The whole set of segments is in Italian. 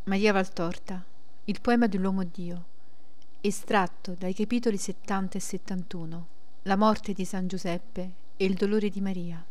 Maria Valtorta, il poema dell'uomo Dio, estratto dai capitoli 70 e 71, la morte di San Giuseppe e il dolore di Maria.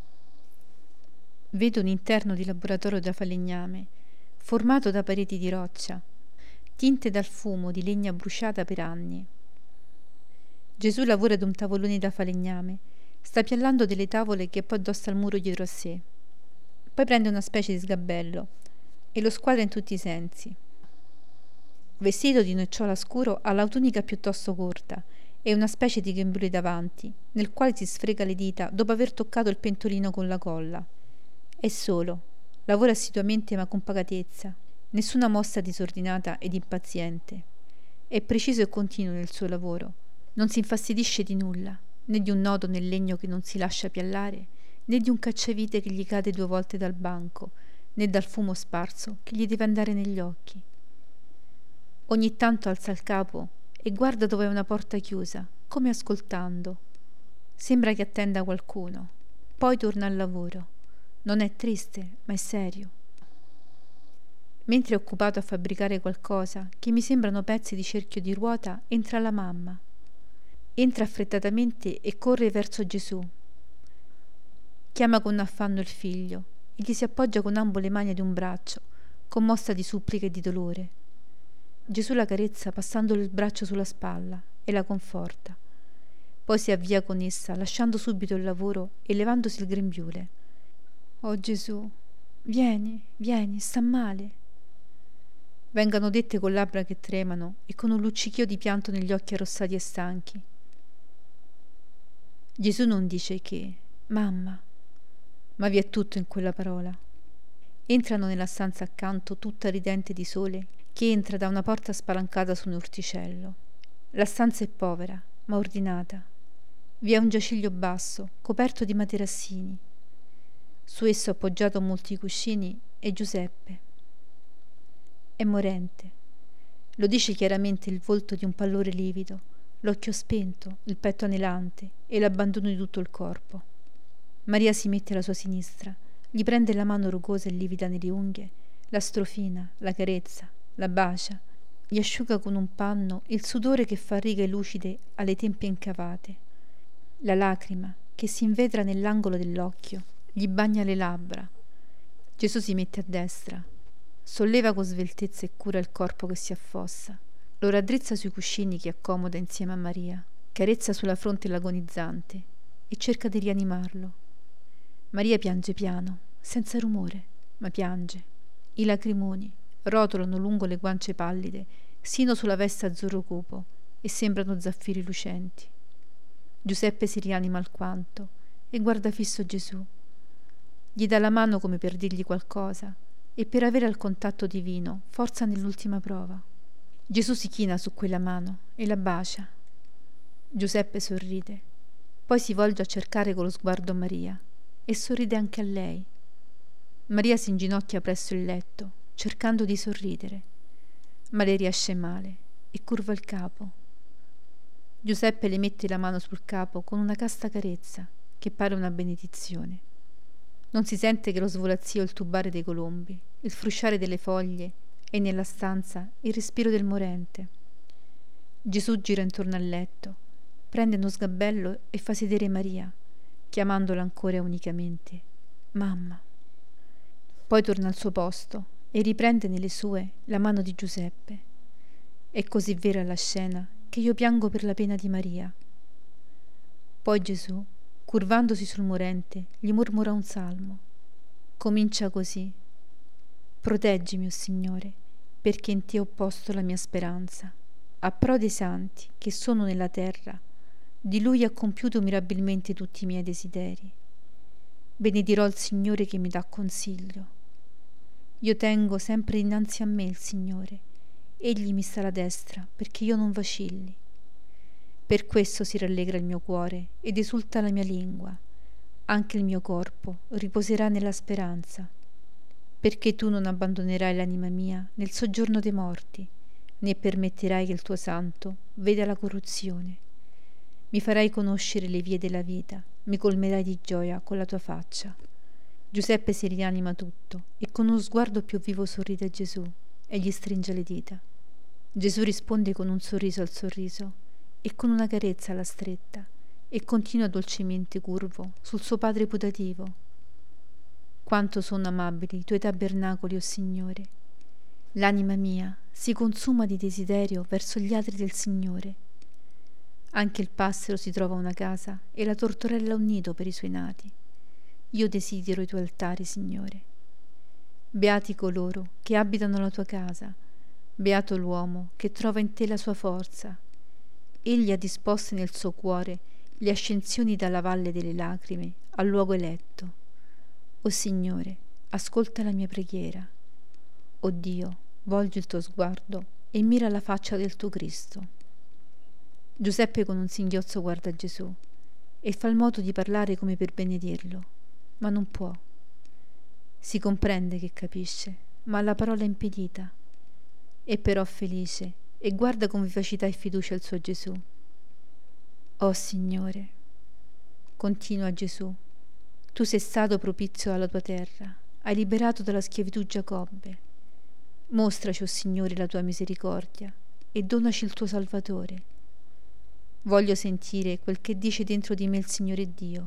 Vedo un interno di laboratorio da falegname, formato da pareti di roccia, tinte dal fumo di legna bruciata per anni. Gesù lavora ad un tavolone da falegname, sta piallando delle tavole che poi addossa al muro dietro a sé. Poi prende una specie di sgabello e lo squadra in tutti i sensi. Vestito di nocciola scuro, ha la tunica piuttosto corta e una specie di grembiule davanti, nel quale si sfrega le dita dopo aver toccato il pentolino con la colla. È solo, lavora assiduamente ma con pacatezza, nessuna mossa disordinata ed impaziente. È preciso e continuo nel suo lavoro, non si infastidisce di nulla, né di un nodo nel legno che non si lascia piallare, né di un cacciavite che gli cade 2 volte dal banco, né dal fumo sparso che gli deve andare negli occhi. Ogni tanto alza il capo e guarda dove è una porta chiusa, come ascoltando. Sembra che attenda qualcuno. Poi torna al lavoro. Non è triste, ma è serio. Mentre è occupato a fabbricare qualcosa che mi sembrano pezzi di cerchio di ruota, entra la mamma. Entra affrettatamente e corre verso Gesù. Chiama con affanno il figlio e gli si appoggia con ambo le mani ad un braccio, commossa di suppliche e di dolore. Gesù la carezza passandole il braccio sulla spalla e la conforta. Poi si avvia con essa, lasciando subito il lavoro e levandosi il grembiule. «Oh Gesù, vieni, sta male!» Vengano dette con labbra che tremano e con un luccichio di pianto negli occhi arrossati e stanchi. Gesù non dice che, mamma, ma vi è tutto in quella parola. Entrano nella stanza accanto, tutta ridente di sole, che entra da una porta spalancata su un orticello. La stanza è povera, ma ordinata. Vi è un giaciglio basso, coperto di materassini. Su esso, appoggiato a molti cuscini, è Giuseppe. È morente. Lo dice chiaramente il volto di un pallore livido, l'occhio spento, il petto anelante e l'abbandono di tutto il corpo. Maria si mette alla sua sinistra, gli prende la mano rugosa e livida nelle unghie, la strofina, la carezza, la bacia, gli asciuga con un panno il sudore che fa righe lucide alle tempie incavate. La lacrima, che si invetra nell'angolo dell'occhio, gli bagna le labbra. Gesù si mette a destra, solleva con sveltezza e cura il corpo che si affossa, lo raddrizza sui cuscini che accomoda insieme a Maria, carezza sulla fronte l'agonizzante e cerca di rianimarlo. Maria piange piano, senza rumore, ma piange. I lacrimoni rotolano lungo le guance pallide, sino sulla veste azzurro cupo, e sembrano zaffiri lucenti. Giuseppe si rianima alquanto e guarda fisso Gesù. Gli dà la mano come per dirgli qualcosa e per avere al contatto divino forza nell'ultima prova. Gesù si china su quella mano e la bacia. Giuseppe sorride, poi si volge a cercare con lo sguardo Maria e sorride anche a lei. Maria si inginocchia presso il letto, cercando di sorridere, ma le riesce male e curva il capo. Giuseppe le mette la mano sul capo con una casta carezza che pare una benedizione. Non si sente che lo svolazzio e il tubare dei colombi, il frusciare delle foglie e nella stanza il respiro del morente. Gesù gira intorno al letto, prende uno sgabello e fa sedere Maria, chiamandola ancora unicamente mamma. Poi torna al suo posto e riprende nelle sue la mano di Giuseppe. È così vera la scena che io piango per la pena di Maria. Poi Gesù, curvandosi sul morente, gli mormora un salmo. Comincia così: proteggimi, o Signore, perché in te ho posto la mia speranza. A pro dei santi che sono nella terra, di Lui ha compiuto mirabilmente tutti i miei desideri. Benedirò il Signore che mi dà consiglio. Io tengo sempre innanzi a me il Signore. Egli mi sta alla destra perché io non vacilli. Per questo si rallegra il mio cuore ed esulta la mia lingua. Anche il mio corpo riposerà nella speranza. Perché tu non abbandonerai l'anima mia nel soggiorno dei morti, né permetterai che il tuo santo veda la corruzione. Mi farai conoscere le vie della vita, mi colmerai di gioia con la tua faccia. Giuseppe si rianima tutto e con uno sguardo più vivo sorride a Gesù. e gli stringe le dita. Gesù risponde con un sorriso al sorriso e con una carezza alla stretta e continua dolcemente curvo sul suo Padre putativo. Quanto sono amabili i tuoi tabernacoli, o Signore! L'anima mia si consuma di desiderio verso gli atri del Signore. Anche il passero si trova una casa e la tortorella un nido per i suoi nati. Io desidero i tuoi altari, Signore. Beati coloro che abitano la tua casa, beato l'uomo che trova in te la sua forza. Egli ha disposte nel suo cuore le ascensioni dalla valle delle lacrime al luogo eletto. O Signore, ascolta la mia preghiera. O Dio, volgi il tuo sguardo e mira la faccia del tuo Cristo. Giuseppe con un singhiozzo guarda Gesù e fa il moto di parlare come per benedirlo, ma non può. Si comprende che capisce, ma la parola è impedita. È però felice e guarda con vivacità e fiducia il suo Gesù. Oh Signore, continua Gesù, tu sei stato propizio alla tua terra, hai liberato dalla schiavitù Giacobbe. Mostraci, o Signore, la tua misericordia e donaci il tuo Salvatore. Voglio sentire quel che dice dentro di me il Signore Dio.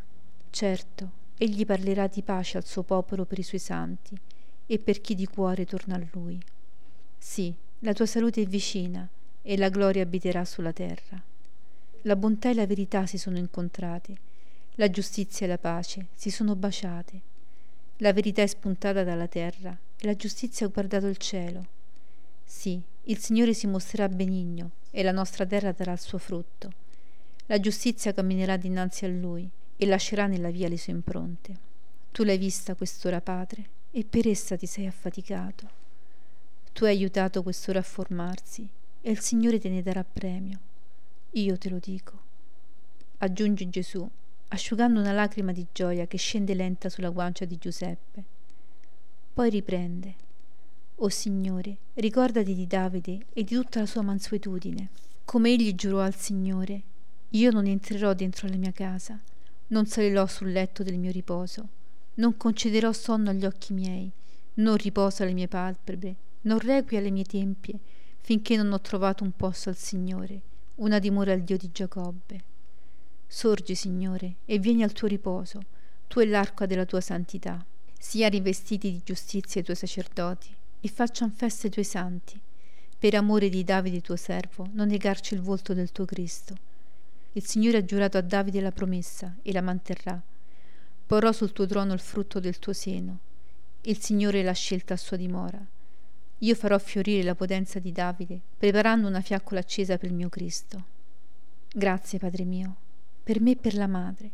Certo, egli parlerà di pace al suo popolo per i suoi santi e per chi di cuore torna a lui. Sì, la tua salute è vicina e la gloria abiterà sulla terra. La bontà e la verità si sono incontrate, la giustizia e la pace si sono baciate. La verità è spuntata dalla terra e la giustizia ha guardato il cielo. Sì, il Signore si mostrerà benigno e la nostra terra darà il suo frutto. La giustizia camminerà dinanzi a lui e lascerà nella via le sue impronte. Tu l'hai vista quest'ora, Padre, e per essa ti sei affaticato. Tu hai aiutato quest'ora a formarsi e il Signore te ne darà premio. Io te lo dico. Aggiunge Gesù, asciugando una lacrima di gioia che scende lenta sulla guancia di Giuseppe. Poi riprende. O Signore, ricordati di Davide e di tutta la sua mansuetudine. Come egli giurò al Signore, io non entrerò dentro la mia casa, non salirò sul letto del mio riposo, non concederò sonno agli occhi miei, non riposo alle mie palpebre, non requi alle mie tempie, finché non ho trovato un posto al Signore, una dimora al Dio di Giacobbe. Sorgi, Signore, e vieni al tuo riposo, tu e l'arca della tua santità. Sia rivestiti di giustizia i tuoi sacerdoti, e faccian festa i tuoi santi. Per amore di Davide tuo servo, non negarci il volto del tuo Cristo. Il Signore ha giurato a Davide la promessa e la manterrà. Porrò sul tuo trono il frutto del tuo seno. Il Signore l'ha scelta a sua dimora. Io farò fiorire la potenza di Davide, preparando una fiaccola accesa per il mio Cristo. Grazie, Padre mio, per me e per la madre.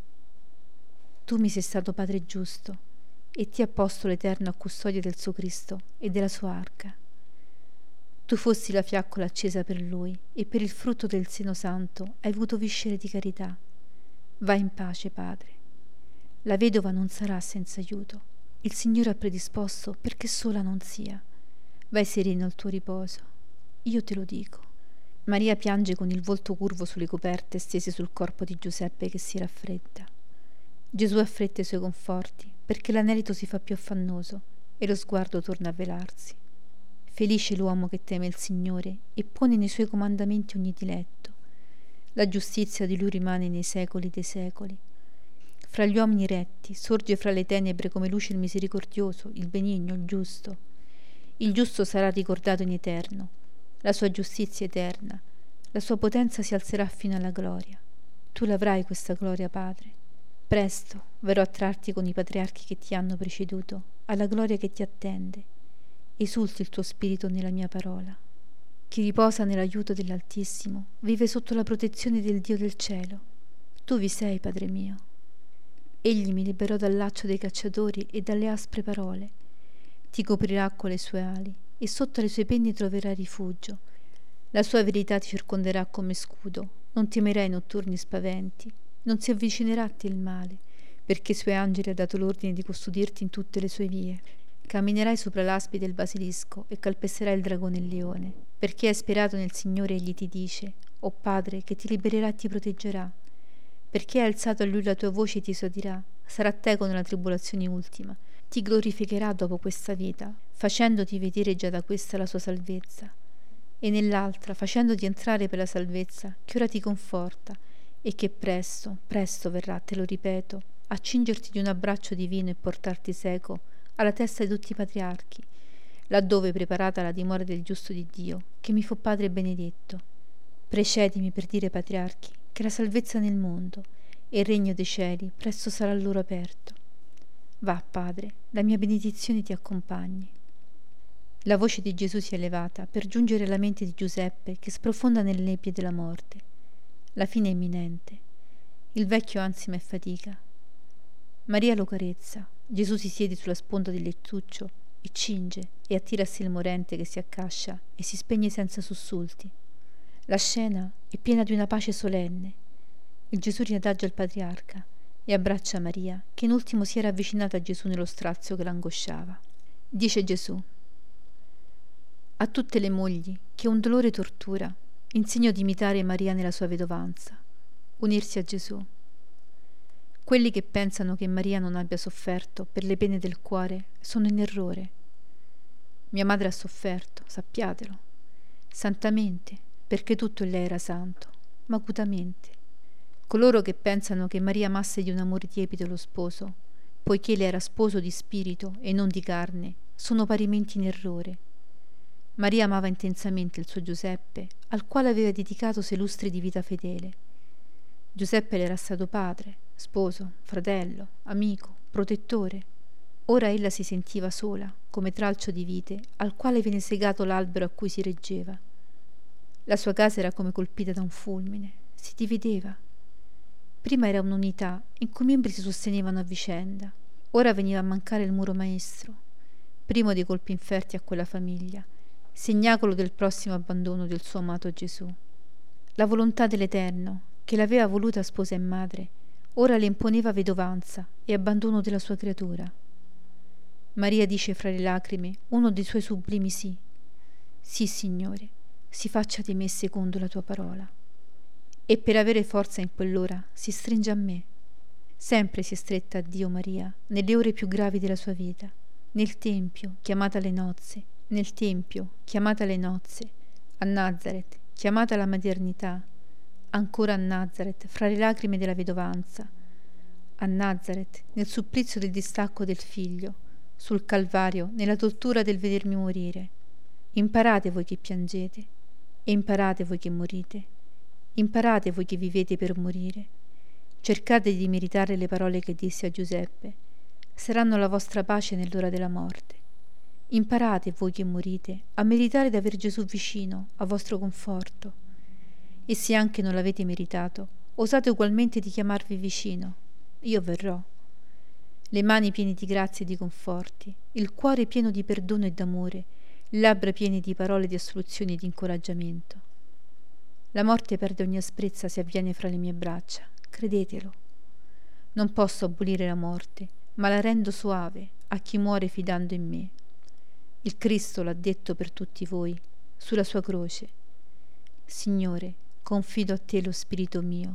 Tu mi sei stato Padre giusto, e ti ha posto l'Eterno a custodia del suo Cristo e della sua arca. Tu fossi la fiaccola accesa per lui, e per il frutto del seno santo hai avuto viscere di carità. Vai in pace, Padre. La vedova non sarà senza aiuto. Il Signore ha predisposto perché sola non sia. Vai sereno al tuo riposo. Io te lo dico. Maria piange con il volto curvo sulle coperte stese sul corpo di Giuseppe che si raffredda. Gesù affretta i suoi conforti, perché l'anelito si fa più affannoso e lo sguardo torna a velarsi. Felice l'uomo che teme il Signore e pone nei suoi comandamenti ogni diletto. La giustizia di lui rimane nei secoli dei secoli. Fra gli uomini retti sorge fra le tenebre come luce il misericordioso, il benigno, il giusto. Il giusto sarà ricordato in eterno, la sua giustizia eterna, la sua potenza si alzerà fino alla gloria. Tu l'avrai questa gloria, Padre. Presto verrò a trarti con i patriarchi che ti hanno preceduto, alla gloria che ti attende. Esulti il tuo spirito nella mia parola. Chi riposa nell'aiuto dell'Altissimo vive sotto la protezione del Dio del cielo. Tu vi sei, Padre mio. Egli mi liberò dal laccio dei cacciatori e dalle aspre parole. Ti coprirà con le sue ali e sotto le sue penne troverai rifugio. La sua verità ti circonderà come scudo. Non temerai notturni spaventi. Non si avvicinerà a te il male, perché i suoi angeli ha dato l'ordine di custodirti in tutte le sue vie. Camminerai sopra l'aspi del basilisco e calpesterai il dragone e il leone, perché hai sperato nel Signore. Egli ti dice: o Padre, che ti libererà e ti proteggerà. Perché hai alzato a lui la tua voce e ti esordirà, sarà teco nella tribolazione ultima, ti glorificherà dopo questa vita, facendoti vedere già da questa la sua salvezza, e nell'altra facendoti entrare per la salvezza che ora ti conforta e che presto, presto verrà, te lo ripeto, a cingerti di un abbraccio divino e portarti seco alla testa di tutti i patriarchi, laddove preparata la dimora del giusto di Dio, che mi fu Padre benedetto. Precedimi per dire, patriarchi, che la salvezza nel mondo e il regno dei cieli presto sarà loro aperto. Va, Padre, la mia benedizione ti accompagni. La voce di Gesù si è elevata per giungere alla mente di Giuseppe che sprofonda nelle nebbie della morte. La fine è imminente. Il vecchio ansima e fatica. Maria lo carezza. Gesù si siede sulla sponda del lettuccio e cinge e attira a sé il morente che si accascia e si spegne senza sussulti. La scena è piena di una pace solenne. Il Gesù riadagia il patriarca e abbraccia Maria, che in ultimo si era avvicinata a Gesù nello strazio che l'angosciava. Dice Gesù: a tutte le mogli che un dolore tortura, insegno di imitare Maria nella sua vedovanza, unirsi a Gesù. Quelli che pensano che Maria non abbia sofferto per le pene del cuore sono in errore. Mia madre ha sofferto, sappiatelo, santamente, perché tutto in lei era santo, ma acutamente. Coloro che pensano che Maria amasse di un amore tiepido lo sposo, poiché le era sposo di spirito e non di carne, sono parimenti in errore. Maria amava intensamente il suo Giuseppe, al quale aveva dedicato 6 lustri di vita fedele. Giuseppe le era stato padre, sposo, fratello, amico, protettore. Ora ella si sentiva sola, come tralcio di vite, al quale viene segato l'albero a cui si reggeva. La sua casa era come colpita da un fulmine, si divideva. Prima era un'unità in cui i membri si sostenevano a vicenda. Ora veniva a mancare il muro maestro, primo dei colpi inferti a quella famiglia, segnacolo del prossimo abbandono del suo amato Gesù. La volontà dell'Eterno, che l'aveva voluta sposa e madre, ora le imponeva vedovanza e abbandono della sua creatura. Maria dice fra le lacrime uno dei suoi sublimi sì. Sì, Signore, si faccia di me secondo la tua parola. E per avere forza in quell'ora si stringe a me. Sempre si è stretta a Dio Maria nelle ore più gravi della sua vita, nel Tempio, chiamata alle nozze, nel Tempio, chiamata alle nozze, a Nazareth, chiamata alla maternità, ancora a Nazareth, fra le lacrime della vedovanza, a Nazareth, nel supplizio del distacco del figlio, sul Calvario, nella tortura del vedermi morire. Imparate voi che piangete, e imparate voi che morite, imparate voi che vivete per morire. Cercate di meritare le parole che dissi a Giuseppe, saranno la vostra pace nell'ora della morte. Imparate voi che morite a meritare d'aver Gesù vicino, a vostro conforto. E se anche non l'avete meritato, osate ugualmente di chiamarvi vicino. Io verrò. Le mani piene di grazie e di conforti, il cuore pieno di perdono e d'amore, le labbra piene di parole di assoluzione e di incoraggiamento. La morte perde ogni asprezza se avviene fra le mie braccia, credetelo. Non posso abolire la morte, ma la rendo soave a chi muore fidando in me. Il Cristo l'ha detto per tutti voi, sulla sua croce. Signore, confido a te lo spirito mio.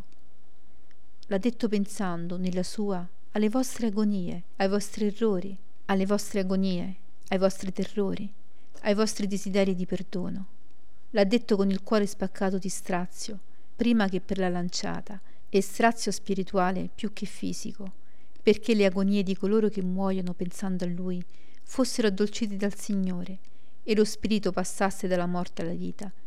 L'ha detto pensando nella sua alle vostre agonie, ai vostri errori, alle vostre agonie, ai vostri terrori, ai vostri desideri di perdono. L'ha detto con il cuore spaccato di strazio, prima che per la lanciata, e strazio spirituale più che fisico, perché le agonie di coloro che muoiono pensando a Lui fossero addolciti dal Signore e lo spirito passasse dalla morte alla vita,